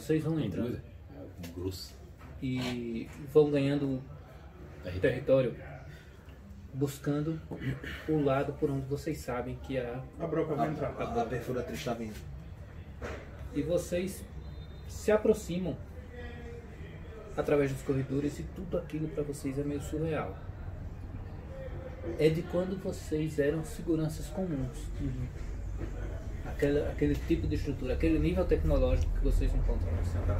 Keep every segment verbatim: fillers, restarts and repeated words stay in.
vocês vão entrando É grosso. e vão ganhando território, buscando o lado por onde vocês sabem que a, A broca vai entrar. A, a perfuratriz está vindo. e vocês se aproximam através dos corredores e tudo aquilo para vocês é meio surreal. É de quando vocês eram seguranças comuns. Aquele, aquele tipo de estrutura, aquele nível tecnológico que vocês encontram no centro.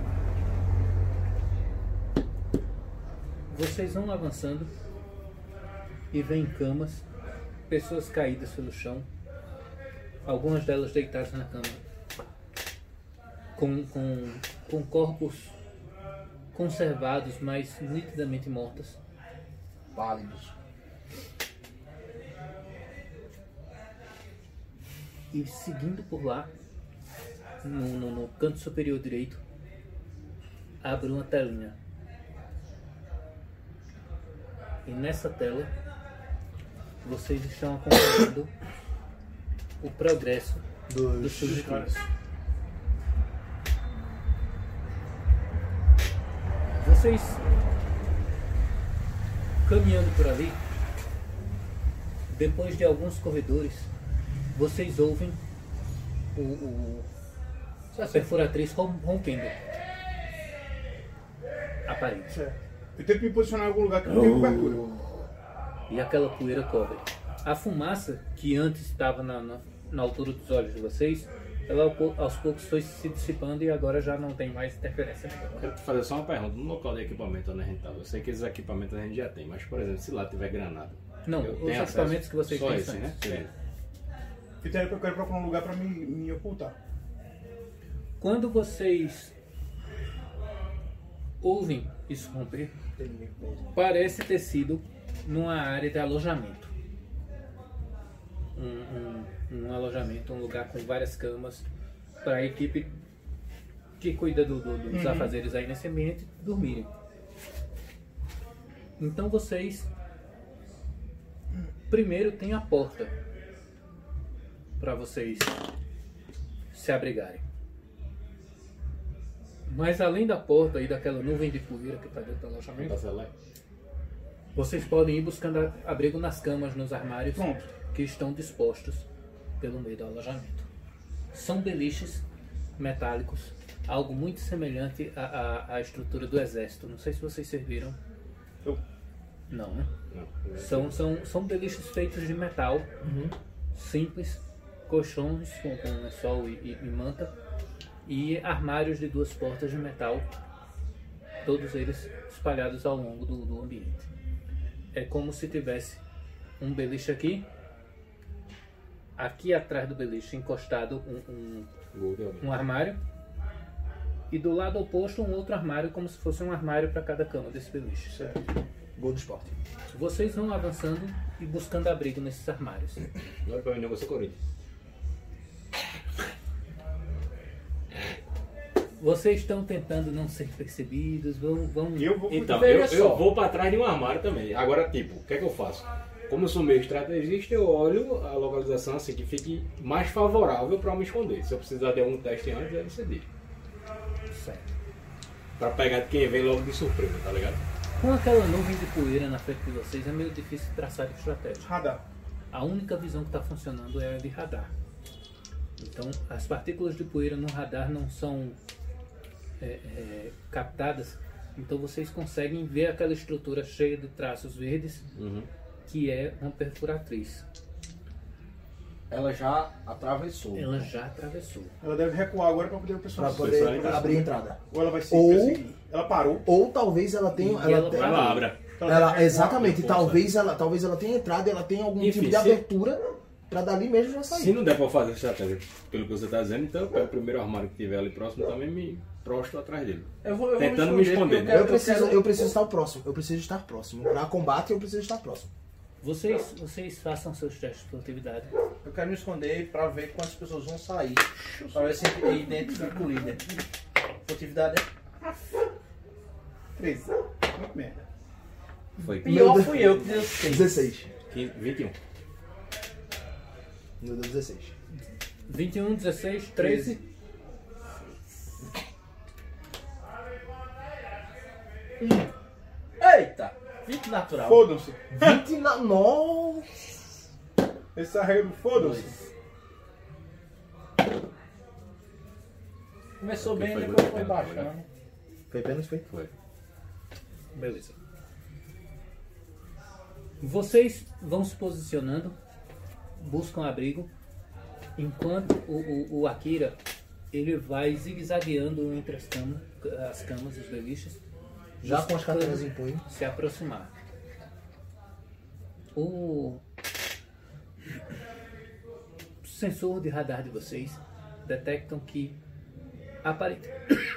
Vocês vão avançando e veem camas, pessoas caídas pelo chão, algumas delas deitadas na cama, com, com, com corpos conservados, mas nitidamente mortas. Pálidos. E seguindo por lá, no, no, no canto superior direito, abre uma telinha. E nessa tela, vocês estão acompanhando o progresso Dos, dos fugitivos. Vocês, caminhando por ali, depois de alguns corredores, vocês ouvem o, o, a perfuratriz rom- rompendo a parede. Certo. Eu tenho que me posicionar em algum lugar que não tem cobertura. E aquela poeira cobre. A fumaça, que antes estava na, na, na altura dos olhos de vocês, ela ao pou- aos poucos foi se dissipando e agora já não tem mais interferência nenhuma. Quero te fazer só uma pergunta. No local de equipamento onde a gente estava, eu sei que esses equipamentos a gente já tem, mas por exemplo, se lá tiver granada. Não, eu os tenho equipamentos acesso? que vocês só têm esse, são né? esses. Beleza. Então eu quero procurar um lugar pra me, me ocultar. Quando vocês ouvem isso romper, parece ter sido numa área de alojamento. Um, um, um alojamento, um lugar com várias camas para a equipe que cuida do, do, dos Uhum. afazeres aí nesse ambiente dormirem. Então vocês primeiro tem a porta para vocês se abrigarem. Mas além da porta e daquela nuvem de poeira que está dentro do alojamento, Tá celular? vocês podem ir buscando a- abrigo nas camas, nos armários Pronto. que estão dispostos pelo meio do alojamento. São beliches metálicos, algo muito semelhante à, à, à estrutura do exército. Não sei se vocês serviram. Eu. Não, né? Não. São, são, são beliches feitos de metal, simples, colchões com, com lençol e, e, e manta, e armários de duas portas de metal, todos eles espalhados ao longo do, do ambiente. É como se tivesse um beliche aqui, aqui atrás do beliche encostado um, um, Gol de alguém. um armário, e do lado oposto um outro armário, como se fosse um armário para cada cama desse beliche. Certo. Gol do esporte. Vocês vão avançando e buscando abrigo nesses armários. Olha pra mim, negócio Corinthians. Vocês estão tentando não ser percebidos, vão... vão... E eu vou Então, Veja eu, só. eu vou pra trás de um armário também. Agora, tipo, o que é que eu faço? Como eu sou meio estrategista, eu olho a localização assim que fique mais favorável pra me esconder. Se eu precisar de algum teste antes, eu decidir. Certo. Pra pegar de quem vem logo de surpresa, tá ligado? Com aquela nuvem de poeira na frente de vocês, é meio difícil traçar estratégia. Radar. A única visão que está funcionando é a de radar. Então, as partículas de poeira no radar não são é, é, captadas, então vocês conseguem ver aquela estrutura cheia de traços verdes, Uhum. que é uma perfuratriz. Ela já atravessou. Ela já atravessou. Ela deve recuar agora pra poder o pessoal Pra se poder Pessoal, abrir a entrada. Ou ela vai se Ou- perseguir. Ela parou. Ou talvez ela tenha. E Ela, ela tenha- vai- Ela abra. Ela ela- deve recuar. exatamente, força. talvez ela, talvez ela tenha entrado e ela tenha algum Enfim, tipo de se- abertura pra dali mesmo já sair. Se não der pra fazer estratégia pelo que você tá dizendo, então eu pego o primeiro armário que tiver ali próximo também me prostro atrás dele. Eu vou, eu vou Tentando me porque esconder, eu né? quero- Eu preciso, quero- eu preciso estar próximo. Eu preciso estar próximo. Pra combate eu preciso estar próximo. Vocês, vocês façam seus testes de furtividade. Eu quero me esconder pra ver quantas pessoas vão sair. Pra ver se eu identifico o líder. Furtividade é? treze. Muito merda. Foi Pior Deus. fui eu que deu seis. dezesseis. vinte e um. Meu Deus, dezesseis. vinte e um, dezesseis, treze. Eita! vinte natural. Fodam-se. vinte na... Nossa! Esse arreio, fodam-se. Dois. Começou Aqui bem, foi depois muito foi bem, baixo, foi, né? Foi pênalti, foi? Foi. Beleza. Vocês vão se posicionando, buscam abrigo, enquanto o, o, o Akira ele vai zigue-zagueando entre as camas, as camas, os beliches, Já com as buscando carteiras em punho. se aproximar. O sensor de radar de vocês detectam que aparent...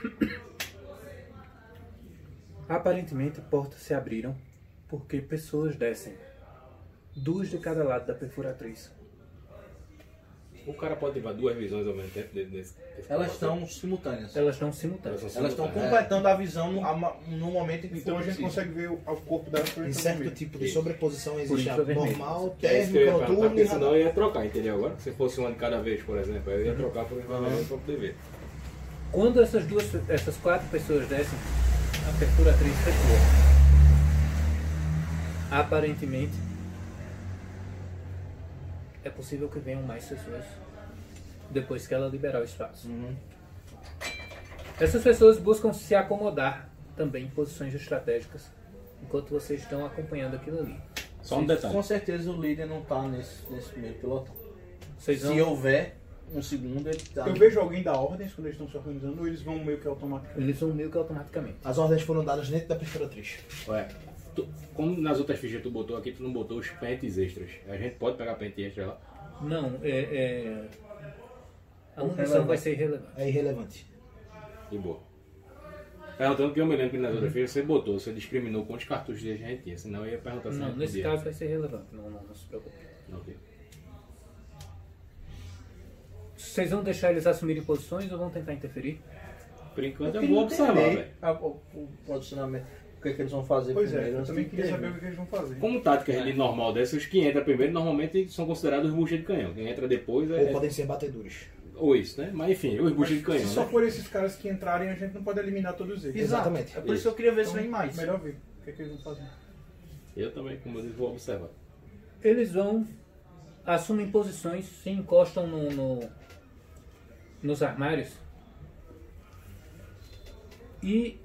aparentemente portas se abriram porque pessoas descem, duas de cada lado da perfuratriz. O cara pode levar duas visões ao mesmo tempo desse, desse Elas estão simultâneas. Elas estão simultâneas. Elas são Elas estão simultâneas. completando a visão no, a- no momento em que Então a for gente preciso. consegue ver o, o corpo dela por Em dentro certo do tipo de Isso. sobreposição existe a infravermelho. normal, Que é isso que eu ia térmica, perguntar, noturna porque e senão radar. eu ia trocar, entendeu? Agora, se fosse uma de cada vez, por exemplo, eu ia trocar por infravermelho para poder ver. Quando essas duas, essas quatro pessoas descem, a perfuratriz recua. Aparentemente, é possível que venham mais pessoas depois que ela liberar o espaço. Essas pessoas buscam se acomodar também em posições estratégicas, enquanto vocês estão acompanhando aquilo ali. Só um Com detalhe. certeza o líder não tá nesse, nesse meio pelotão. Vocês Se vão, houver um segundo, ele tá. Eu vejo alguém dar ordens quando eles estão se organizando ou eles vão meio que automaticamente. eles vão meio que automaticamente. As ordens foram dadas dentro da perfuratriz. Ué, tu, como nas outras fichas tu botou aqui, tu não botou os pentes extras. A gente pode pegar pente extra lá? Não, é, é... a munição Relevante. vai ser irrelevante. É irrelevante. De boa. Perguntando porque eu me lembro que nas outras fichas você botou, você discriminou quantos cartuchos a gente tinha, senão eu ia perguntar se a Não, gente nesse podia. caso vai ser relevante, não, não, não se preocupe. Ok. Vocês vão deixar eles assumirem posições ou vão tentar interferir? Por enquanto Eu eu vou queria observar, entender velho. a- o, o posicionamento. O que, é que eles vão fazer Pois é, primeiro. eu antes também de queria saber o intervir. que eles vão fazer. Como tática de normal dessas, os que entram primeiro normalmente são considerados os buchas de canhão. Quem entra depois é. Ou podem ser batedores. Ou isso, né? Mas enfim, os buchas de Se canhão. só Né? for esses caras que entrarem, a gente não pode eliminar todos eles. Exato. Exatamente. É por isso que eu queria ver se Então, vem mais. Melhor ver o que, é que eles vão fazer. Eu também, como eu disse, vou observar. Eles vão, assumem posições, se encostam no, no- nos armários e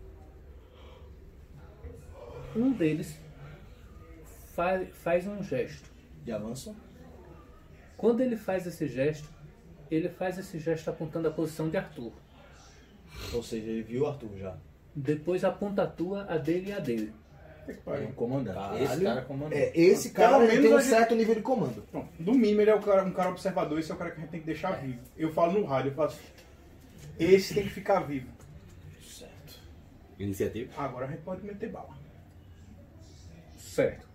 um deles fa- faz um gesto. De avanço. Quando ele faz esse gesto, ele faz esse gesto apontando a posição de Arthur. Ou seja, ele viu o Arthur já. Depois aponta a tua, a dele e a dele. Puta que É pariu. um comandante. Caralho. Esse cara é comandante. É, esse Pelo cara ele menos tem um a gente- certo nível de comando. Pronto, no mínimo ele é o cara- um cara observador, esse é o cara que a gente tem que deixar vivo. Eu falo no rádio, eu falo assim, esse tem que ficar vivo. Certo. Iniciativa? Agora a gente pode meter bala. Certo.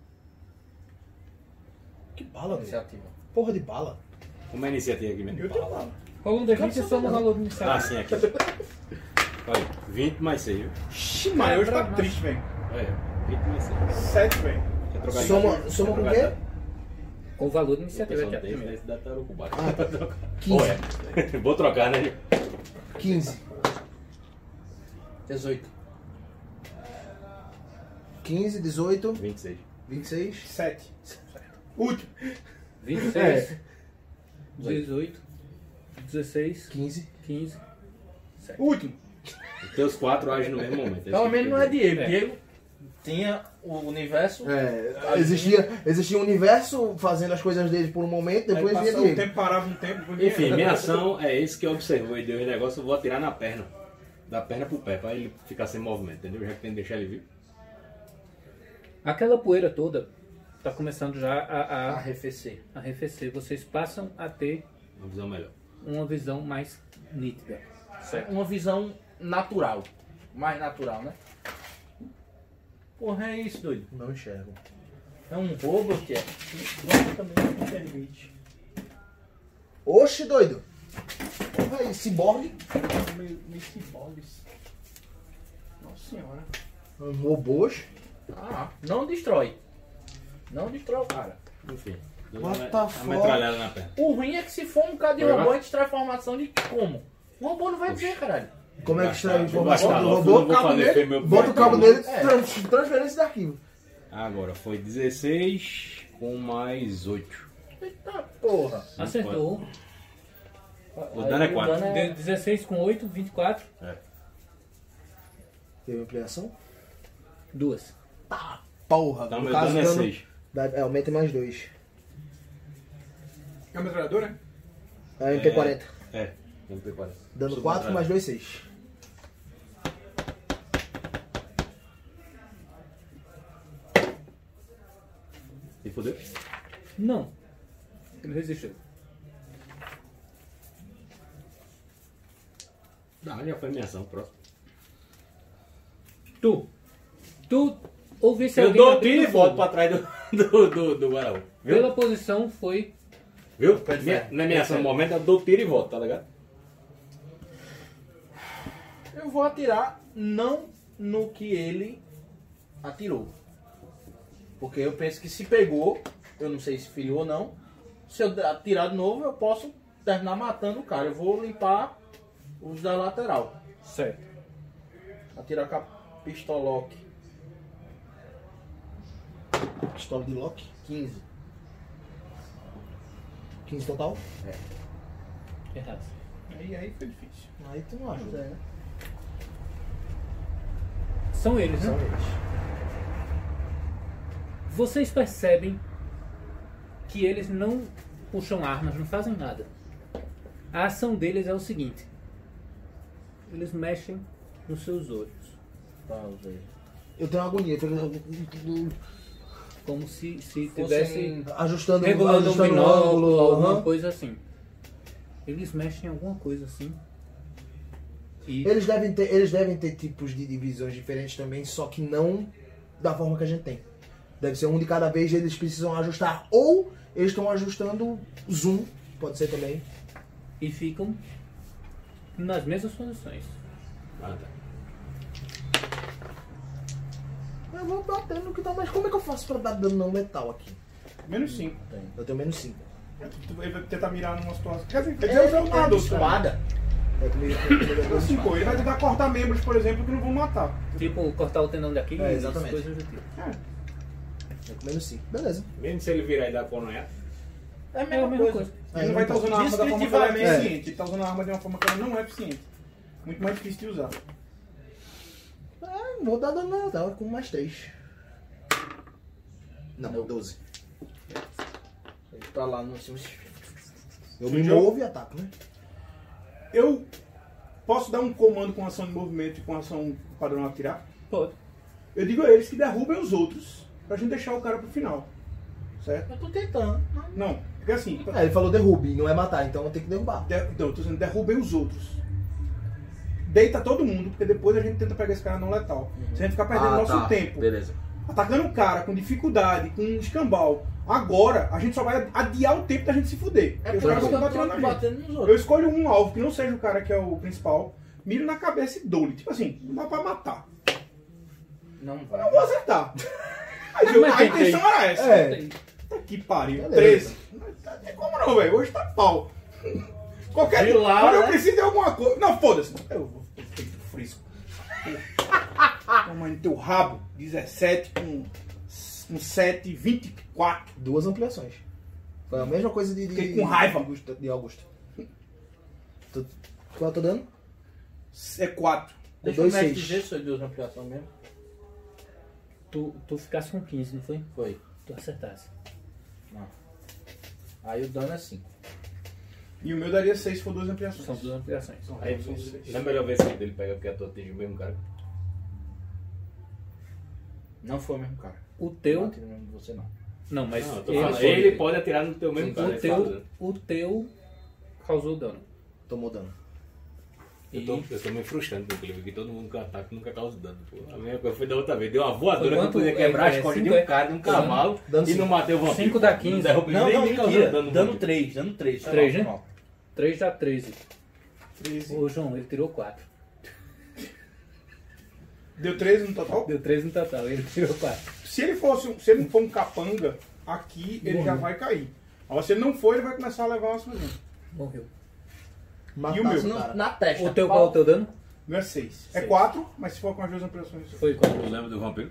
Que bala, velho. Iniciativa. Porra de bala. Como é a iniciativa aqui mesmo? Eu tenho bala. Rola um D vinte e soma o valor do Ah, iniciativa. sim, aqui. Olha, vinte mais seis, viu? Ixi, mas hoje tá pra- triste, velho. É, vinte mais seis. Sete, velho. Quer trocar de Soma, dado? soma Quer com o trocar de quê? dado? Com o valor da O iniciativa pessoal que é a tem, primeira. esse dado tá ocupado. Ah, tá. Ou quinze. é. Vou trocar, né? quinze. dezoito. quinze, dezoito, vinte e seis. vinte e seis. Sete. Último. vinte e seis, É. dezoito, dezesseis, quinze. quinze. Último. Os teus quatro agem no mesmo momento. Pelo menos não é Diego. É. Diego tinha o universo. É, existia, existia um universo fazendo as coisas dele por um momento, depois Aí vinha passou o Diego. tempo, parava um tempo. depois vinha- Enfim, minha ação é esse que eu observei. Deu o negócio, eu vou atirar na perna. Da perna pro pé, pra ele ficar sem movimento, entendeu? Já que tem que deixar ele vivo. Aquela poeira toda está começando já a, a, Arrefecer. arrefecer. Vocês passam a ter Uma visão melhor. uma visão mais nítida. Certo? Uma visão natural. Mais natural, né? Porra, é isso, doido. Não enxergo. É um roubo que é. Nossa, também não permite. Oxe, doido. Porra aí, ciborgue. Meio, meio ciborgues. Nossa senhora. Um robôs. Ah, não destrói. Não destrói o cara. Enfim. deu What uma- the uma fuck? metralhada na perna. O ruim é que se for um cara de Foi, robô, vai? a gente traz formação de como? O robô não vai ver, caralho. Como é que extrai a Vou informação gastar do logo, robô? não vou Cabo fazer nele, feio meu bota o pai. cabo nele, É. trans- transferência de arquivo. Agora foi dezesseis com mais oito. Eita porra. Acertou. O dano é Aí quatro. dano De- dezesseis com oito, vinte e quatro. Teve ampliação? Duas. Porra, Então no meu caso dano é dano, seis. dá- é, aumenta em mais dois. É a metralhadora? É o M P quarenta. É, M P quarenta. Dando Sou quatro contrário. mais dois, seis. E fodeu? Não. Ele resistiu. Não, já foi minha ação, próximo. Tu. Tu ouvisse Eu alguém dou abrindo tiro e fogo. volto pra trás do, do, do, do Guaraú. Viu? Pela posição foi... Viu? Pode Minha, ser. na minha ação no momento, eu dou tiro e volto, tá ligado? Eu vou atirar não no que ele atirou. Porque eu penso que se pegou, eu não sei se feriu ou não. Se eu atirar de novo, eu posso terminar matando o cara. Eu vou limpar os da lateral. Certo. Atirar com a pistolock. Pistola de lock. quinze. quinze total. Errado. Aí, aí foi difícil. Aí tu não ajuda. né? São eles, né? São eles. Vocês percebem que eles não puxam armas, não fazem nada. A ação deles é o seguinte. Eles mexem nos seus olhos. Talvez. Eu tenho agonia. Eu tenho... Como se, se Fossem tivesse Ajustando, regulando um ajustando o binóculo, ângulo. alguma aham. coisa assim. Eles mexem em alguma coisa assim. E Eles devem, ter, eles devem ter tipos de divisões diferentes também, só que não da forma que a gente tem. Deve ser um de cada vez, eles precisam ajustar. Ou eles estão ajustando zoom, pode ser também. e ficam nas mesmas condições. Ah, tá. Eu vou bater no que tá, mas como é que eu faço pra dar dano não letal aqui? Menos cinco. Eu tenho menos cinco. Tu vai tentar mirar numa situação. Quer dizer, quer É, dizer, eu é sou um doce, cara. espada. É comigo, comigo, comigo, Assim, pô, ele vai tentar cortar membros, por exemplo, que não vão matar. Tipo, cortar o tendão daqui É, e exatamente. coisas do tipo. É. É com menos cinco. Beleza. Mesmo se ele virar e dar coronhar. É a É mesma, a mesma coisa. coisa. Ele não vai estar usando a arma da forma que ela é Descritivamente. eficiente. Ele tá usando a arma de uma forma que ela não é eficiente. Muito mais difícil de usar. É, vou dar dano não letal com mais três. Não, doze. Ele tá lá no cima. Eu me Sujou? movo e ataco, né? Eu posso dar um comando com ação de movimento e com ação padrão atirar? Pode. Eu digo a eles que derrubem os outros pra gente deixar o cara pro final. Certo? Eu tô tentando. Não, porque assim. É, ele falou derrube, não é matar, então eu tenho que derrubar. De, não, eu tô dizendo, derrubem os outros. Deita todo mundo, porque depois a gente tenta pegar esse cara não letal. Se a gente ficar perdendo Ah, nosso tá. tempo, Beleza. atacando o cara com dificuldade, com escambau, agora a gente só vai adiar o tempo da gente se fuder. É Porque os por caras isso que vão eu bater na tô gente. batendo nos Eu outros. escolho um alvo que não seja o cara que é o principal, miro na cabeça e dou-lhe. Tipo assim, não dá pra matar. Não Eu vai. não vou acertar. Mas eu- Mas a tentei. intenção era essa. É. Puta que pariu. Beleza. treze. Não tem como não, velho. Hoje tá pau. Qualquer De lá, Quando eu né? preciso de alguma coisa. Não, foda-se. Eu vou feito frisco. Tamanho do teu rabo. dezessete com, com sete, vinte e quatro. Duas ampliações. Foi a mesma coisa de. de Fiquei com raiva. De Augusto. De Augusto. Tu, qual eu tô dando? É quatro. Deixa Dois, o mestre seis. dizer se foi duas ampliações mesmo. Tu, tu ficasse com quinze, não foi? Foi. Tu acertasse. Não. Aí o dano é cinco. E o meu daria seis se for duas ampliações. São duas ampliações. Aí São seis. não é melhor ver se ele pega porque a tua atinge o mesmo cara. Não foi o mesmo cara. O Não teu. atirei no mesmo de você não. Não, mas Não, eu tô ele, falando, ele pode atirar no teu mesmo cara. o, ele teu, fala. o teu causou dano. Tomou dano. Eu E tô, eu tô me frustrando com aquilo, que todo mundo que ataca nunca causa dano. Pô. A mesma coisa foi da outra vez. Deu uma voadora que eu Quanto? podia quebrar É, as costas de cinco um é- cara, de um cavalo, Dano e cinco. não matei o vampiro. cinco dá quinze. derrubei Não, nem- não, nem causou mentira. dano no Dano vampiro. três, dano três. Foi Três, mal, né? foi mal. três dá treze. treze. Ô João, ele tirou quatro. Deu treze no total? Deu treze no total, ele tirou quatro. Se ele fosse um- se ele for um capanga, aqui ele já vai cair. Agora se ele não for, ele vai começar a levar uma surra. Morreu. Matasse E o meu? o No- cara. na testa. O teu qual é o teu dano? Não é seis. É Seis. quatro, mas se for com as duas ampliações. Foi Tu quando lembra do vampiro?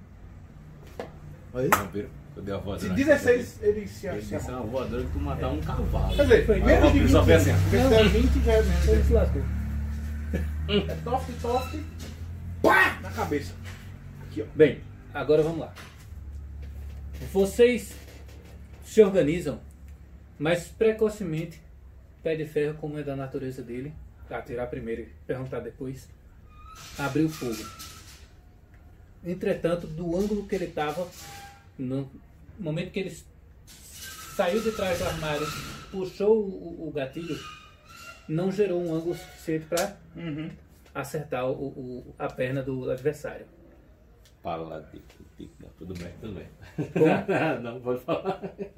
Aí? Vampiro? Eu dei a voadora. Se na dezesseis, ele se Ele se disse arruma. uma voadora que tu matar um cavalo. Quer dizer, Foi. Aí o menos de vampiro vinte. só fez assim, ó. Porque se der vinte, já é Ele menos. se lascou. É toft, toft. Pá! Na cabeça. Aqui, ó. Bem, agora vamos lá. Vocês se organizam, mas precocemente, Pé de Ferro, como é da natureza dele, atirar primeiro e perguntar depois, abriu fogo. Entretanto, do ângulo que ele estava, no momento que ele saiu de trás do armário, puxou o, o gatilho, não gerou um ângulo suficiente para Uhum. acertar o, o- a perna do adversário. Para lá, tico, tico. Não, tudo bem, tudo bem. Bom. Não, pode falar.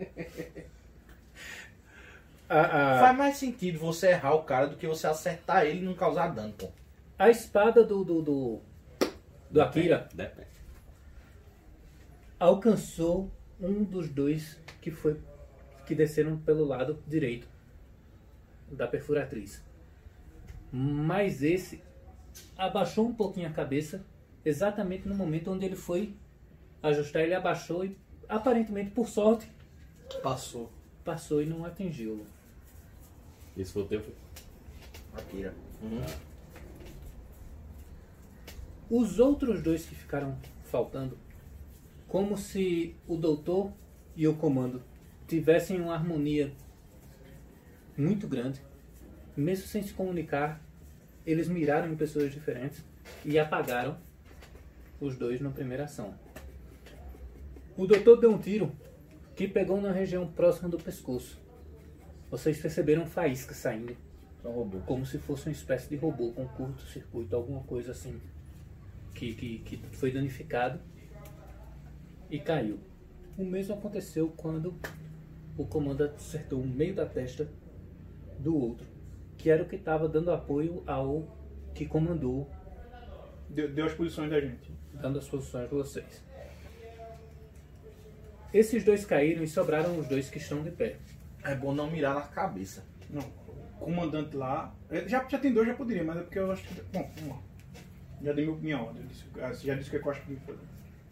A, a- Faz mais sentido você errar o cara do que você acertar ele e não causar dano, pô. A espada do, do, do, do Akira Depende. alcançou um dos dois que foi que desceram pelo lado direito da perfuratriz. Mas esse abaixou um pouquinho a cabeça exatamente no momento onde ele foi ajustar. Ele abaixou e aparentemente, por sorte, Passou. passou e não atingiu. Isso foi o teu. Akira. Os outros dois que ficaram faltando, como se o doutor e o comando tivessem uma harmonia muito grande, mesmo sem se comunicar, eles miraram em pessoas diferentes e apagaram os dois na primeira ação. O doutor deu um tiro que pegou na região próxima do pescoço. Vocês perceberam faíscas saindo, São robô. como se fosse uma espécie de robô com curto-circuito, alguma coisa assim, que, que, que foi danificado e caiu. O mesmo aconteceu quando o comando acertou o meio da testa do outro, que era o que estava dando apoio ao que comandou, Deu, deu as posições da gente. dando as posições de vocês. Esses dois caíram e sobraram os dois que estão de pé. É bom não mirar na cabeça. Não. O comandante lá. é, Já, já tem dois, já poderia, mas é porque eu acho que. Bom, vamos lá. Já dei meu- minha ordem. eu disse- ah, Já disse o que eu acho que tem que fazer.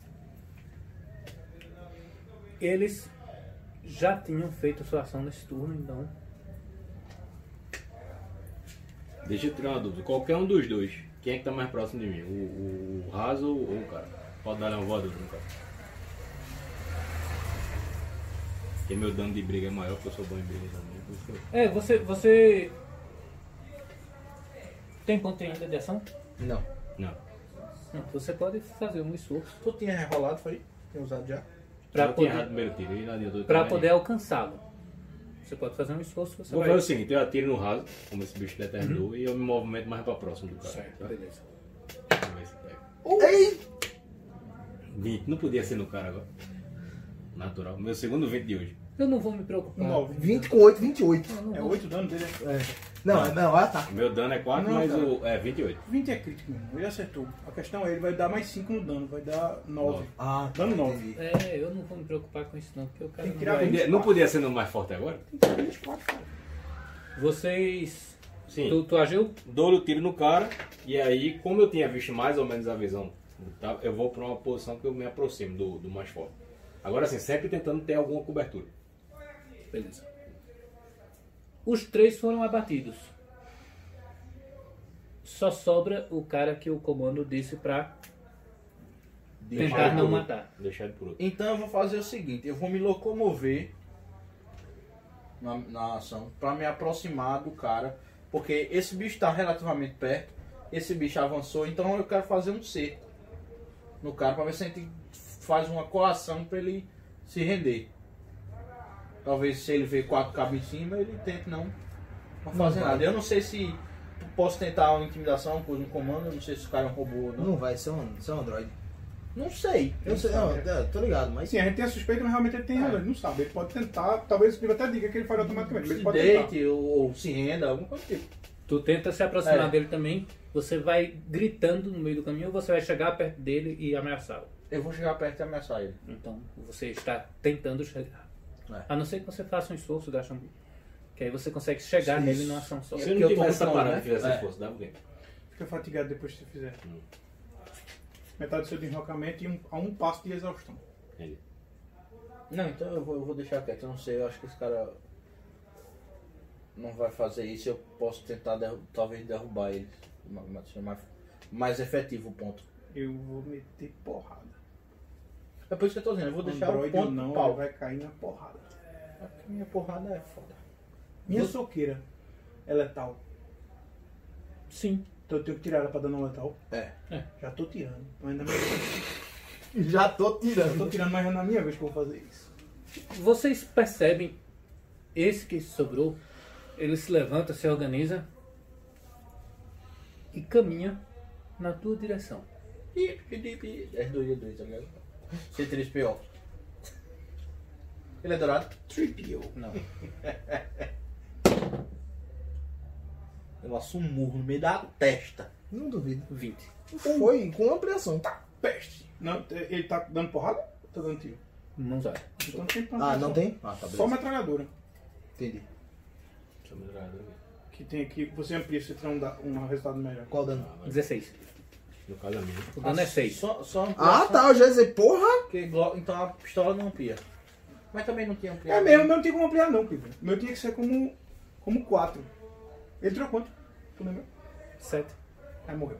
Eles já tinham feito sua ação nesse turno, então Deixa eu tirar uma dúvida. Qualquer um dos dois, quem é que tá mais próximo de mim? O, o, o Raso ou o cara? Pode dar uma voadora no cara. Porque meu dano de briga é maior, porque eu sou bom em briga também. por isso que eu- É, você. você. Tem ponto ainda de ação? Não. Não. Não, você pode fazer um esforço Tu tinha rerolado, foi? Tinha usado já? para eu tinha errado o poder, primeiro tiro e não adiantou. pra também. poder alcançá-lo. Você pode fazer um esforço, você Vou vai. fazer o seguinte, eu atiro no raso, como esse bicho determinou, e eu me movimento mais pra próximo do cara. Certo, tá? beleza. Vamos ver se pega. Ei! vinte, não podia ser no cara agora. Natural. Meu segundo vinte de hoje. Eu não vou me preocupar. Nove. vinte com oito, vinte e oito. Eu não É vou- oito dano dele? É. Não, é- não, é ataque. O meu dano é quatro, Não, mas cara. o. É vinte e oito. vinte é crítico, meu irmão. Ele acertou. A questão é, ele vai dar mais cinco no dano, vai dar nove. Nove. Ah, Dano nove. entendi. É, eu não vou me preocupar com isso não, porque o cara Tem que não tirar vai... vinte. Podia- não podia ser no mais forte agora? vinte e quatro, cara. Vocês... Sim. Tu, tu agiu? Dou-lhe o tiro no cara, e aí, como eu tinha visto mais ou menos a visão, tá, eu vou pra uma posição que eu me aproximo do, do mais forte. Agora assim, sempre tentando ter alguma cobertura. Beleza. Os três foram abatidos. Só sobra o cara que o comando disse pra tentar ele não por matar. outro. Deixar ele por outro. Então eu vou fazer o seguinte, eu vou me locomover na, na ação pra me aproximar do cara, porque esse bicho tá relativamente perto, esse bicho avançou, então eu quero fazer um cerco no cara pra ver se a gente faz uma coação pra ele se render. Talvez se ele ver quatro cabos em cima, ele tente não, não fazer vai. nada. Eu não sei se posso tentar uma intimidação com um comando, eu não sei se o cara é um robô ou não. Não vai ser um, ser um android. Não sei. Eu sei, não, é, tô ligado, mas. Assim, a gente tem a suspeita, mas realmente ele tem razão. Ele não sabe. Ele pode tentar, talvez ele até diga que ele faria automaticamente, mas ele Se pode tentar. deite ou, ou se renda, alguma coisa do tipo. Tu tenta se aproximar É. dele também. Você vai gritando no meio do caminho ou você vai chegar perto dele e ameaçá-lo. Eu vou chegar perto e ameaçar ele. Então você está tentando chegar. É. A não ser que você faça um esforço, Gacha, que aí você consegue chegar Sim. nele numa ação só. Se porque eu eu não tô tivesse com essa plano, parada né? e fizesse É. esforço, dava o quê? Fica fatigado depois que você fizer. Hum. Metade do seu deslocamento e um, a um passo de exaustão. Entendi. Não, então eu vou, eu vou deixar quieto. Eu não sei, eu acho que esse cara não vai fazer isso. Eu posso tentar, derru talvez, derrubar ele. Mais, mais, mais efetivo o ponto. Eu vou meter porrada. É por isso que eu tô dizendo, eu vou deixar Android o ponto ou não, pau. ele vai cair na porrada. A minha porrada é foda. Minha soqueira é letal. Sim. Então eu tenho que tirar ela pra dar não letal. É. Já tô tirando. Mas ainda mais... Já tô Eu tô tirando. tirando, mas é na minha vez que eu vou fazer isso. Vocês percebem, esse que sobrou, ele se levanta, se organiza e caminha na tua direção. É dois e dois, tá ligado? C três P O. Ele é dourado? Tripio. Não. Eu laço um murro no meio da testa. Não duvido. vinte. Foi com ampliação. Peste. Não, ele tá dando porrada ou tá dando tiro? Mãos áreas. Então não tem pra Ah, não tem? Ah, tá Só metralhadora. Entendi. Deixa eu me lembrar. Que tem aqui, você amplia se tem um, da- um resultado melhor. Qual dano? dezesseis. No caso é minha. O dano é seis. Só, só Ah, tá. Eu já ia dizer, porra. Porque, glo- então a pistola não amplia. Mas também não tinha É ampliado. mesmo, o meu não tem como ampliar não, Pedro. O meu tinha que ser como como quatro. Ele tirou quanto? Tu lembra? sete. Aí morreu.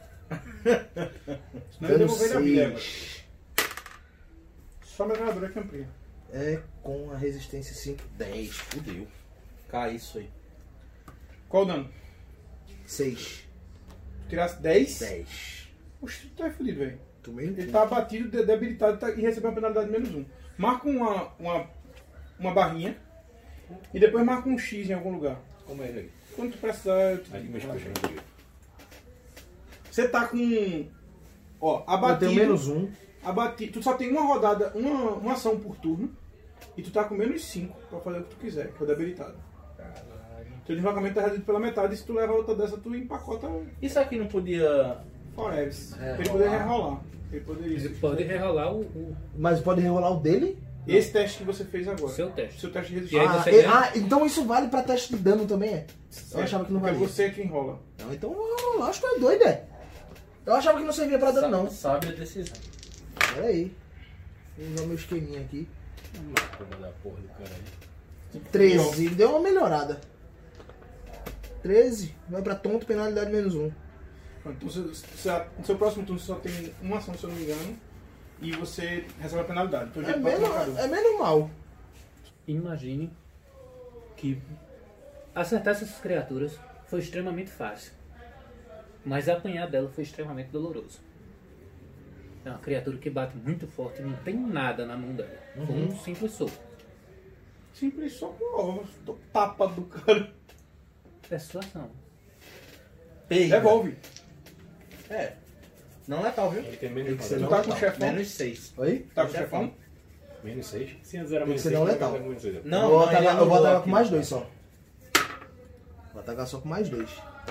Senão eu Dano devolvi ele a vida agora. seis. Só a metralhadora que amplia. É com a resistência cinco. dez, fudeu. Cai isso aí. Qual o dano? seis. Tu tirasse dez? dez. Oxe, tu tá fudido, velho. Tomei no Ele cu. tá abatido, de- debilitado tá- e recebeu uma penalidade de menos um. Marca uma, uma, uma barrinha e depois marca um X em algum lugar. Como é ele aí? Quando tu precisar, eu te Aí que digo. me explica. Você tá com. Ó, Eu abatido. tenho menos um. abatido. Tu só tem uma rodada, uma, uma ação por turno. E tu tá com menos cinco pra fazer o que tu quiser, que é o debilitado. Teu deslocamento tá reduzido pela metade e se tu leva outra dessa, tu empacota Isso aqui não podia. forever. É, Ele poderia rolar. rerolar. Ele poderia. Ele pode rerolar o, o Mas pode rerolar o dele? Esse teste que você fez agora. seu teste. Seu teste de E aí resistência. Ah, você e- ganha? ah, então isso vale pra teste de dano também, é? Eu É, achava que não porque valia. você é quem rola. Não, então eu acho que tu é doido, é? Eu achava que não servia pra dano, não. Sabe a decisão. Pera aí. Vou usar meu esqueminha aqui. Como da porra do cara aí. treze. Deu uma melhorada. treze. Vai pra tonto, penalidade menos um. Então, você, você- no seu próximo turno você só tem uma ação, se eu não me engano. E você recebe a penalidade. Então, É jeito pra menos, trocar. é menos mal. Imagine que acertar essas criaturas foi extremamente fácil, mas apanhar dela foi extremamente doloroso. É uma criatura que bate muito forte e não tem nada na mão dela. Foi um simples soco. Simples só com ovos. Tô tapa do cara. É situação. Peiga. Devolve. É. Não letal, viu? Ele tem menos Tem que ser Tu não tá com o letal. chefão? Menos seis. Oi? Tá com o chefão? Menos seis? Sim, zero Tem que menos ser seis. não vai letal. dar menos seis. Não, eu vou não, atacar, ele eu vou anulou atacar aqui. com mais dois só. Vou atacar só com mais dois.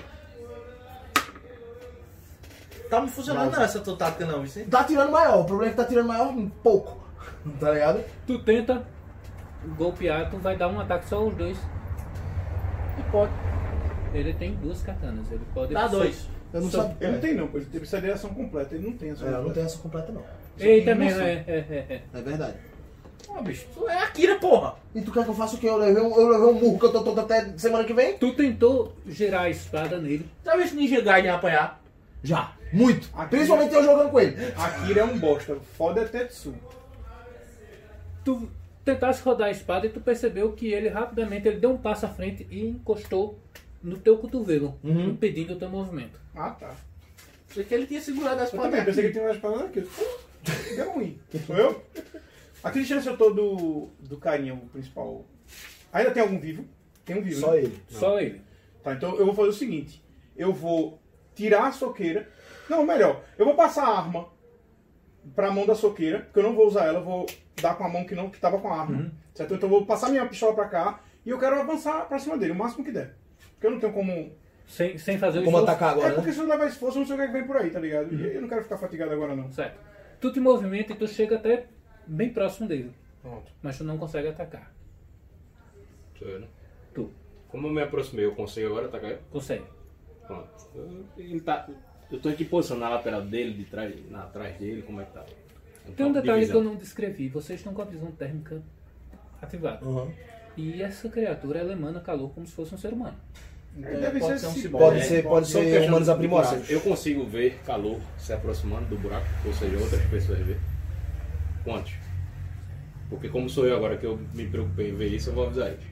Tá me funcionando Mas- não essa tua tática não, Vicente. Tá tirando maior, o problema é que tá tirando maior um pouco. Tá ligado? Tu tenta golpear, tu vai dar um ataque só aos dois. E pode. Ele tem duas katanas, ele pode... Dá dois. Eu não Só- sabia. Ele não tem não, pô. Ele precisa de ação completa. Ele não tem ação É, eu não completa. tenho essa completa não. Eita, tem mesmo, noção. é, é, é, é. É verdade. Ó, bicho, tu é Akira, porra. E tu quer que eu faça o quê? Eu levei um, eu levei um murro que eu tô tonto até semana que vem? Tu tentou girar a espada nele. Já viu esse Ninja Gaiden apanhar? Já. Muito. Aqui- Principalmente eu jogando com ele. Akira é um bosta. Foda é Tetsu. Tu tentasse rodar a espada e tu percebeu que ele rapidamente ele deu um passo à frente e encostou no teu cotovelo, Uhum. impedindo o teu movimento. Ah, tá. Achei que ele tinha segurado a Eu espada. também pensei que ele tinha uma espada aqui. Deu ruim. Sou eu? A Cristiane acertou do, do carinha, o principal. Ainda tem algum vivo? Tem um vivo, Só né? ele. Só ele. Tá, então eu vou fazer o seguinte. Eu vou tirar a soqueira. Não, melhor. Eu vou passar a arma pra mão da soqueira, porque eu não vou usar ela, eu vou dar com a mão que não que tava com a arma. Certo? Então eu vou passar minha pistola pra cá e eu quero avançar pra cima dele, o máximo que der. Porque eu não tenho como... Sem, sem fazer o Como esforço. atacar É agora, porque né? se eu levar esforço, eu não sei o que é que vem por aí, tá ligado? E eu não quero ficar fatigado agora, não. Certo. Tu te movimenta e tu chega até bem próximo dele, Pronto. mas tu não consegue atacar. Sou eu, né? Tu Como eu me aproximei, eu consigo agora atacar ele? consegue. Pronto. Eu, ele tá, eu tô aqui posicionando na lateral dele, de trás, na, atrás dele, como é que tá? Tem um Então, detalhe divisão. que eu não descrevi. Vocês estão com a visão térmica ativada. Uhum. E essa criatura ela emana calor como se fosse um ser humano. Deve pode ser ser um esse- ciborgue. Pode É, ser, pode só ser questão humanos de aprimorados. buraco. Eu consigo ver calor se aproximando do buraco, ou seja, outras pessoas ver. Quantos? Porque como sou eu agora que eu me preocupei em ver isso, eu vou avisar eles.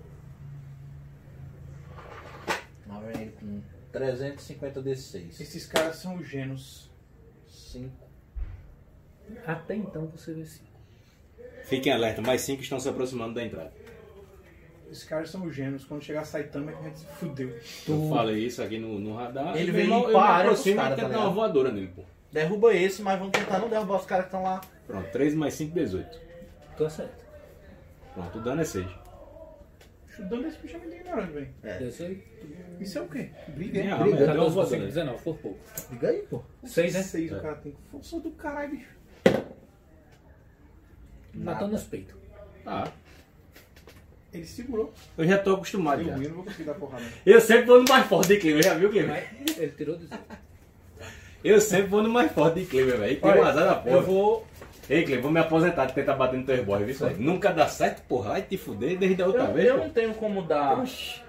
Lá vem ele com trezentos e cinquenta D seis. Esses caras são os Genos. cinco. Até então você vê sim. Fiquem alerta, mais cinco estão se aproximando da entrada. Esses caras são os Genos. Quando chegar Saitama, é que a gente se fudeu. Eu falei isso aqui no, no radar. Ele e veio meu irmão- limpar eu me a área dos aproximo e caras, tento tá dar uma ligado? voadora nele, pô. Derruba esse, mas vamos tentar não derrubar os caras que estão lá. Pronto, três mais cinco, dezoito. Tu acerta. Pronto, o dano é seis. Chudando esse bicho é muito ignorante, velho. dezoito, Isso é o quê? Briga, Minha é? arma, briga. eu dei uma catorze, voadora cinco, nele. dezenove, por pouco. Liga aí, pô. seis, né? Seis É. o cara tem. Força do caralho, bicho. Matou nos peitos. Ah, Ele segurou. eu já tô acostumado Eu, já. eu não vou conseguir dar porrada. não. Eu sempre vou no mais forte de Cleaver, já viu, Cleaver? Mas ele tirou dezoito. Eu sempre vou no mais forte de Cleaver, velho. Tem um azar da porra. Eu vou. Ei, Cleaver, vou me aposentar de tentar bater no teu boy, viu? Isso nunca dá certo, porra. Vai te fuder desde a outra Eu, vez, eu pô. não tenho como dar.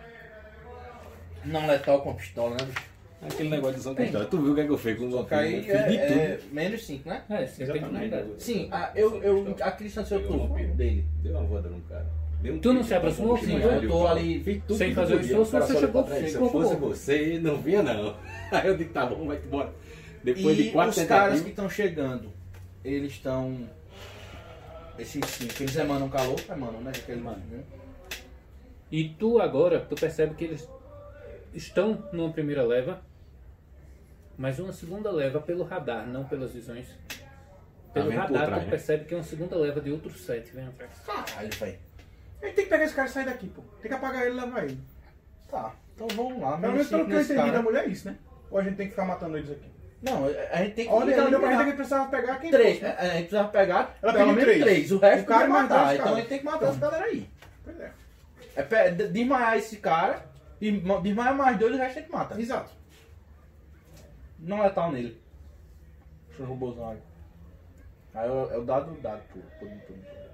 Não letal com a pistola, né, bicho? Aquele negócio de São Cristóvão. Tu viu o que é que eu fiz com o Só Só que aí Fiz de tudo. é, é menos cinco, né? É, você tem que lembrar. Sim, a, eu, eu, a distância eu tô dele. Deu uma voadora no cara. Deu um Tu não tiro, se aproximou? sim, Sim, eu tô ali Fiz tudo sem que fazer o podia, esforço, cara você só chegou pra trás. Se ficou eu fosse bom. você, não vinha não. Aí eu digo, tá bom, vai embora. Depois E de quatro os caras tentativas... que estão chegando, eles estão. Esses cinco, eles emanam calor, emanam, né? Aquele, né? E tu agora, tu percebe que eles estão numa primeira leva, mas uma segunda leva pelo radar, não pelas visões. Pelo vendo por radar, trás, tu né? percebe que é uma segunda leva de outros sete vem atrás. Caralho, velho. A gente tem que pegar esse cara e sair daqui, pô. Tem que apagar ele e levar ele. Tá, então vamos lá. Pelo menos menos pelo cinco que eu nesse entendi cara. da mulher é isso, né? Ou a gente tem que ficar matando eles aqui? Não, a gente tem que. A ordem que ela deu pra gente é que eliminar. precisava pegar quem Três, fosse, né? a gente precisava pegar Ela pelo pediu menos três. três. O resto O cara podia mais dois matar. Então caras. a gente tem que matar essa galera aí. Pois é. É pe- de- desmaiar esse cara, e ma- desmaiar mais dois e o resto tem que matar. Exato. Não letal nele. Deixa eu robôzão aí. Aí é o é o dado do dado, pô. Pô, pô, pô.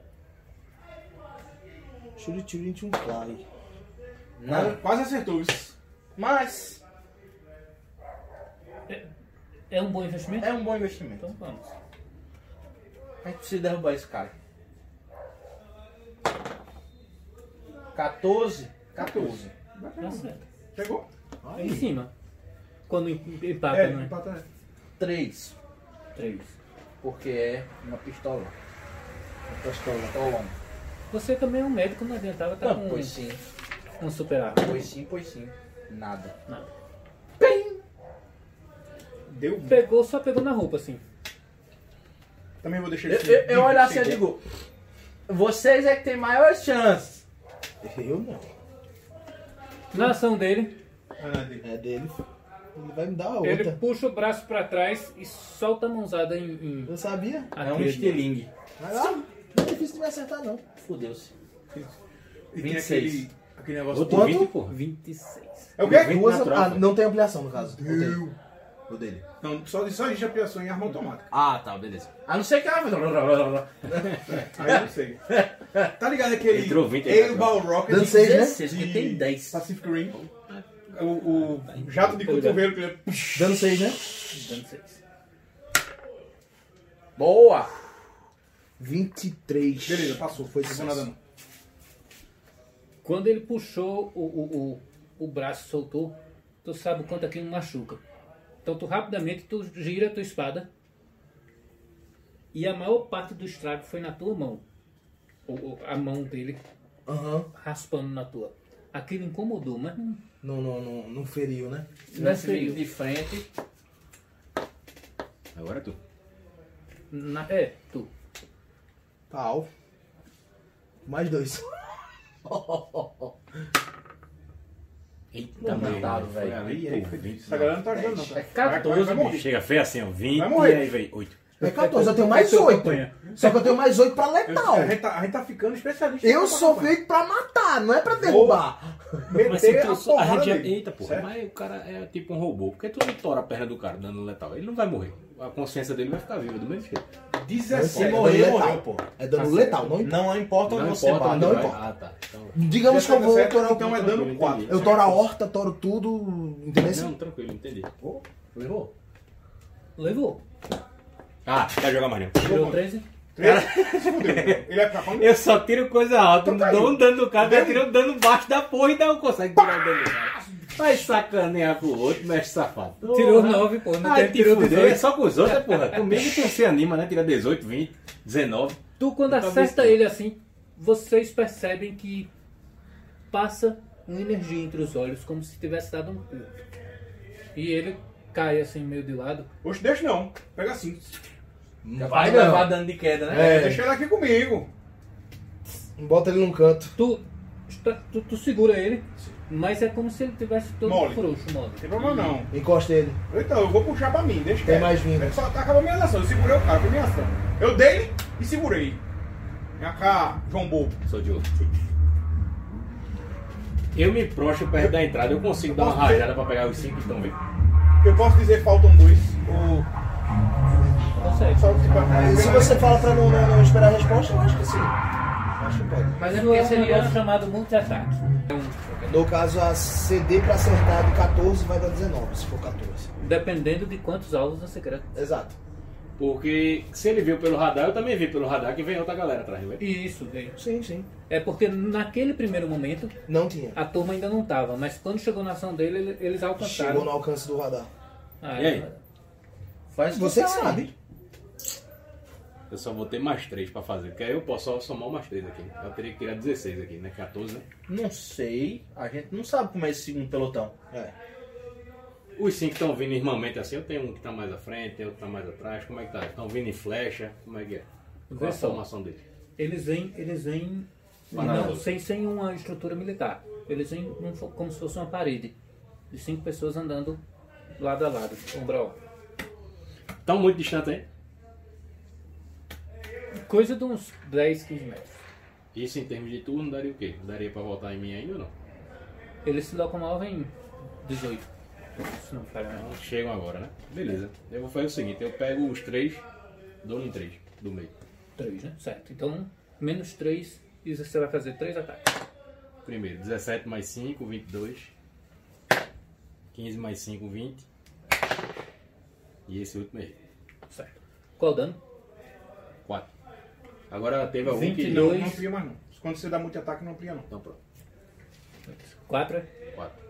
Churi churi um fly. Não. Quase acertou isso. Mas É um bom investimento? é um bom investimento. Então vamos. A gente precisa derrubar esse cara. quatorze. quatorze. Tá certo. Chegou? É em cima. Quando em- empata, É, não é? empata é. três. Três. Porque é uma pistola. Uma pistola. Pistolão. Você também é um médico, não adiantava estar Não, com pois sim. um super arma. Pois sim, pois sim. Nada. Nada. Deu. Pegou, só pegou na roupa, assim. Também vou deixar Eu, esse. eu, eu olho assim e digo, vocês é que tem maiores chances. Eu não. Na ação dele, Ah, dele. É dele. Ele vai me dar a ele outra. puxa o braço pra trás e solta a mãozada em... em... Eu sabia. É um aquele- estilingue. Vai lá. Não é difícil de me acertar, não. Fudeu-se. E tem vinte e seis. aquele, aquele negócio. Outro Quanto? vinte, pô. vinte e seis. É o quê? vinte Duas, natural, ah, pô. não tem ampliação no caso. Não tem. O dele. Não, só, só existe ampliação em arma automática. Ah, tá, beleza. A não ser que ela... Aí eu não sei. Tá ligado aquele Entrou vinte, Airball Rocket Dando seis, né? dezesseis, porque tem dez. Pacific Rim? O, o jato de cotovelo que ele... Dando seis, né? Dando seis. Boa! vinte e três. Beleza, passou. Foi Não sucesso. nada não. Quando ele puxou o, o, o, o braço, soltou, tu sabe o quanto aquilo machuca. Então tu rapidamente tu gira a tua espada e a maior parte do estrago foi na tua mão. O, o- a mão dele Aham. raspando na tua. Aquilo incomodou, mas não, Não, não, não, não feriu, né? Se tivesse Não vindo feriu. de frente, Agora é tu. Na, é, tu. Pau. Mais dois. Eita, matado, velho. Foi ali, Aí pô, foi vinte. difícil. Essa galera não tá ajudando não. é Cara. Vai- vai- quatorze, vai morrer. bicho. Chega feio assim, ó. vinte Vai morrer. e aí, velho, oito. É catorze, eu tenho mais Fez sua oito. campanha. Só que eu tenho mais oito pra Eu- letal. a, gente tá, a gente tá ficando especialista. Eu na sou campanha. feito pra matar, não é pra derrubar. Mas se Meter tu, a a porrada gente, nele. eita, porra, Certo? mas o cara é tipo um robô. Por que tu não tora a perna do cara dando letal? Ele não vai morrer. A consciência dele vai ficar viva do mesmo jeito. Se dezessete. morrer, Morreu, morreu, morreu, pô. É dano letal, não importa. Não importa onde Não você importa bate. onde não vai. importa. Ah, tá. Então, Digamos que eu vou dezessete, torar, então é dano entendi. quatro. eu toro a horta, toro tudo, entendeu? não, tranquilo, entendi. Pô, levou. Levou. Ah, quer jogar mais não. Tirou treze. Se fudeu. Ele é pra quando? Eu só tiro coisa alta, Então tá não dou aí. um dano no cara, vai Deu- tirando dano baixo da porra e não consegue tirar o dano do cara. Vai sacanear pro outro, mestre safado. Tirou Porra. nove, pô. Não Ai, tem, te tirou fudeu. dezoito. É só com os outros, é, porra. Comigo tu se anima, né? Tira dezoito, vinte, dezenove. Tu, quando Tá acerta besta. ele assim, vocês percebem que passa uma energia entre os olhos, como se tivesse dado um pulo. E ele cai assim, meio de lado. Oxe, deixa não. Pega assim. Vai vai levar não. dano de queda, né? É. Deixa ele aqui comigo. Bota ele num canto. Tu, tu, tu segura ele, mas é como se ele tivesse todo Mole. frouxo, mole. Não tem problema não. Encosta ele. Então, eu vou puxar pra mim, deixa Tem quieto. mais vindo. É só acabou minha ação. Eu segurei o cara, foi minha ação. Eu dei e segurei. Vem cá, João Bobo. Sou de outro. Eu me prostro perto da entrada, eu consigo dar uma Posso dizer- rajada pra pegar os cinco que estão vindo. Eu posso dizer faltam dois. Ou Consegue. só tipo, E se você fala pra não, não, não esperar a resposta, eu acho que sim. Acho que pode. Mas é Porque porque seria um seria- negócio chamado multi-ataque. No caso, a C D pra acertar de catorze vai dar dezenove, se for catorze. Dependendo de quantos alvos você quer. Exato. Porque se ele viu pelo radar, eu também vi pelo radar que vem outra galera atrás, né? Isso, veio. Sim, sim. É porque naquele primeiro momento Não tinha. a turma ainda não tava, mas quando chegou na ação dele, ele- eles alcançaram. Chegou no alcance do radar. Ah, E aí? Faz o Você que seu aí. sabe. Eu só vou ter mais três pra fazer, porque aí eu posso só somar mais três aqui. Eu teria que tirar dezesseis aqui, né? quatorze, né? Não sei. A gente não sabe como é esse segundo pelotão. É. Os cinco estão vindo irmãmente assim, eu tenho um que tá mais à frente, tem outro que tá mais atrás, como é que tá? Estão vindo em flecha, como é que é? Qual é a Vê só. formação deles? Eles vêm, eles vêm Parado. não, sem, sem uma estrutura militar. Eles vêm num fo- como se fosse uma parede de cinco pessoas andando lado a lado, ombro a ombro. Estão muito distantes aí? Coisa de uns dez, quinze metros. Isso em termos de turno daria o quê? Daria pra voltar em mim ainda ou não? Eles se locomovem dezoito. Se não me falha a memória. Não chegam agora, né? Beleza. Eu vou fazer o seguinte, eu pego os três, dou em três, do meio. três, né? Certo. Então, menos três e você vai fazer três ataques. Primeiro, dezessete mais cinco, vinte e dois. quinze mais cinco, vinte. E esse último aí, Certo. Qual o dano? quatro. Agora teve algum vinte e que... Não, dois. não amplia mais não. Quando você dá muito ataque, não amplia não. Então pronto, quatro. é? quatro.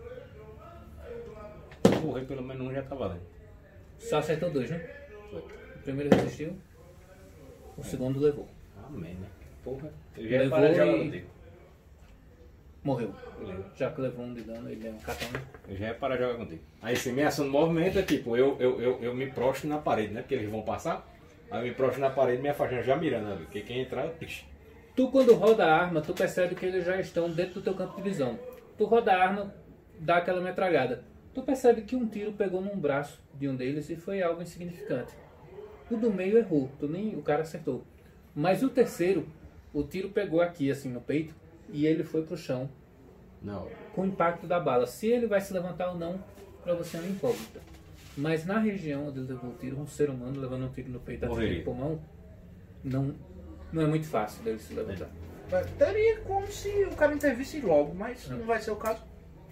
Morrer pelo menos um já tá valendo. Só acertou dois, né? Foi. O primeiro resistiu. O segundo levou. Amém, né? Porra. Eu já ia Levou parar de jogar e- contigo. Morreu. Beleza. Já que levou um de dano, ele é um katana. Eu já ia parar de jogar contigo. Aí se minha ação de movimento é tipo, eu, eu, eu, eu me prostro na parede, né? Porque eles vão passar. Aí eu me prostro na parede e me afastando já mirando ali. Porque quem entrar, pix. Tu, quando roda a arma, tu percebe que eles já estão dentro do teu campo de visão. Tu roda a arma, dá aquela metralhada. Tu percebe que um tiro pegou num braço de um deles e foi algo insignificante. O do meio errou, tu nem, o cara acertou. Mas o terceiro, o tiro pegou aqui, assim, no peito, e ele foi pro chão Não. com o impacto da bala. Se ele vai se levantar ou não, pra você é uma incógnita. Mas na região onde ele levou o tiro, um ser humano levando um tiro no peito até Morreria. no pulmão, não, não é muito fácil dele se levantar. Teria como se o cara intervisse logo, mas não vai ser o caso.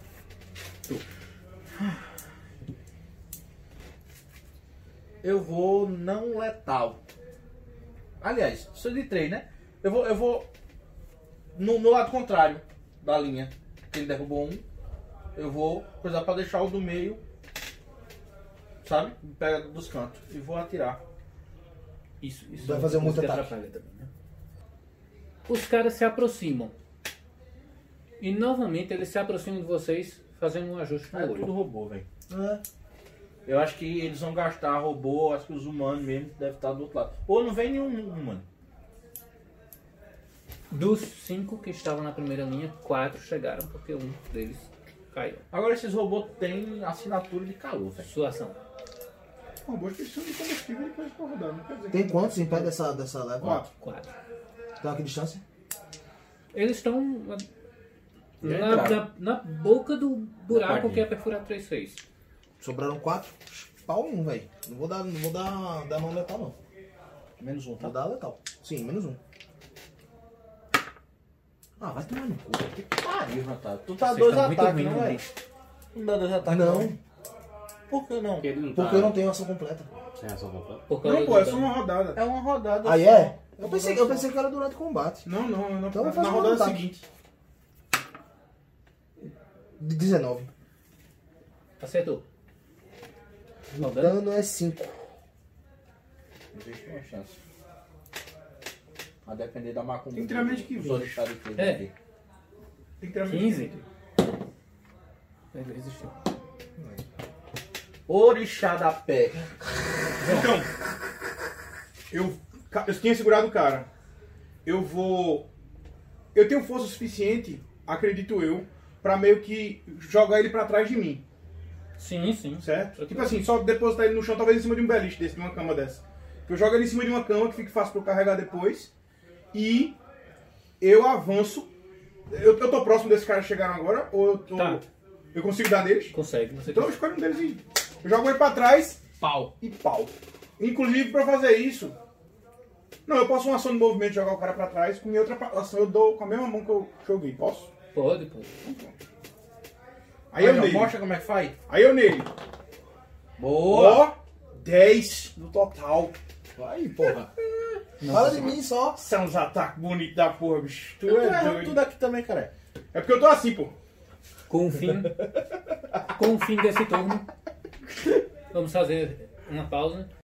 Eu vou não letal. Aliás, sou de três, né? Eu vou, eu vou no, no lado contrário da linha. Que ele derrubou um. Eu vou coisar pra deixar o do meio, sabe? Pega dos cantos e vou atirar. Isso, isso Vai é fazer uma muito coisa que ataque. atrapalha também, né? Os caras se aproximam. E novamente eles se aproximam de vocês fazendo um ajuste no É tudo olho. robô, velho. É. Eu acho que eles vão gastar robô, acho que os humanos mesmo devem estar do outro lado. Ou não vem nenhum humano. Dos cinco que estavam na primeira linha, quatro chegaram porque um deles caiu. Agora esses robôs têm assinatura de calor, velho. Sua ação. forma boa, eles precisam de combustível e coisa pra rodar. Não quer dizer Tem que... quantos em pé dessa, dessa leva? Quatro. Quatro. Então a que distância? Eles estão na, Já na, entraram. na boca do buraco parte. que a perfura três fez. Sobraram quatro? Pau um, velho. Não vou dar, não vou dar, dar mão letal, não. Menos um, tá? Vou dar letal. Sim, menos um. Ah, vai tomar no cu. Que pariu, Natália. Tu tá Vocês dois estão muito ataques, ruim, não, né? velho? Não dá dois ataques, Não, Por que não? Porque ele não tá porque eu não tenho ação completa. sem ação completa. Por causa Não, do pô, é só dano. uma rodada. É uma rodada Aí só. é? Eu pensei, eu pensei que era durante o combate. Não, não, não. Então na, faz na um rodada ataque. seguinte. De dezenove. Acertou. O Rodando. dano é cinco. Existe uma chance. A depender da macumba. Tem que tirar menos que dos vinte. orixás de Deus É. aqui. Tem que ter a quinze. Ele resistiu. Orixá da pé. Então, eu, eu tinha segurado o cara. Eu vou. Eu tenho força suficiente, acredito eu, pra meio que jogar ele pra trás de mim, Sim, sim. certo? Tipo assim, só depositar ele no chão, talvez em cima de um beliche desse, de uma cama dessa. Eu jogo ele em cima de uma cama que fique fácil pra eu carregar depois. E eu avanço. Eu, eu tô próximo desses caras que chegaram agora? Ou eu tô. Tá. Eu consigo dar neles? Consegue. Você Então eu escolho um deles e. Eu jogo ele pra trás. Pau. E pau. Inclusive, pra fazer isso... Não, eu posso uma ação de movimento jogar o cara pra trás, com minha outra ação eu dou com a mesma mão que eu joguei. Posso? Pode, pô. Aí eu Aí, ó, nele. mostra como é que faz. Aí eu nele. Boa! Ó, dez no total. Aí, porra. Fala de mim só. São uns ataques bonitos da porra, bicho. Tu Eu tô é errando doido. tudo aqui também, cara. É porque eu tô assim, pô. Com o fim. Com o fim desse turno. Vamos fazer uma pausa.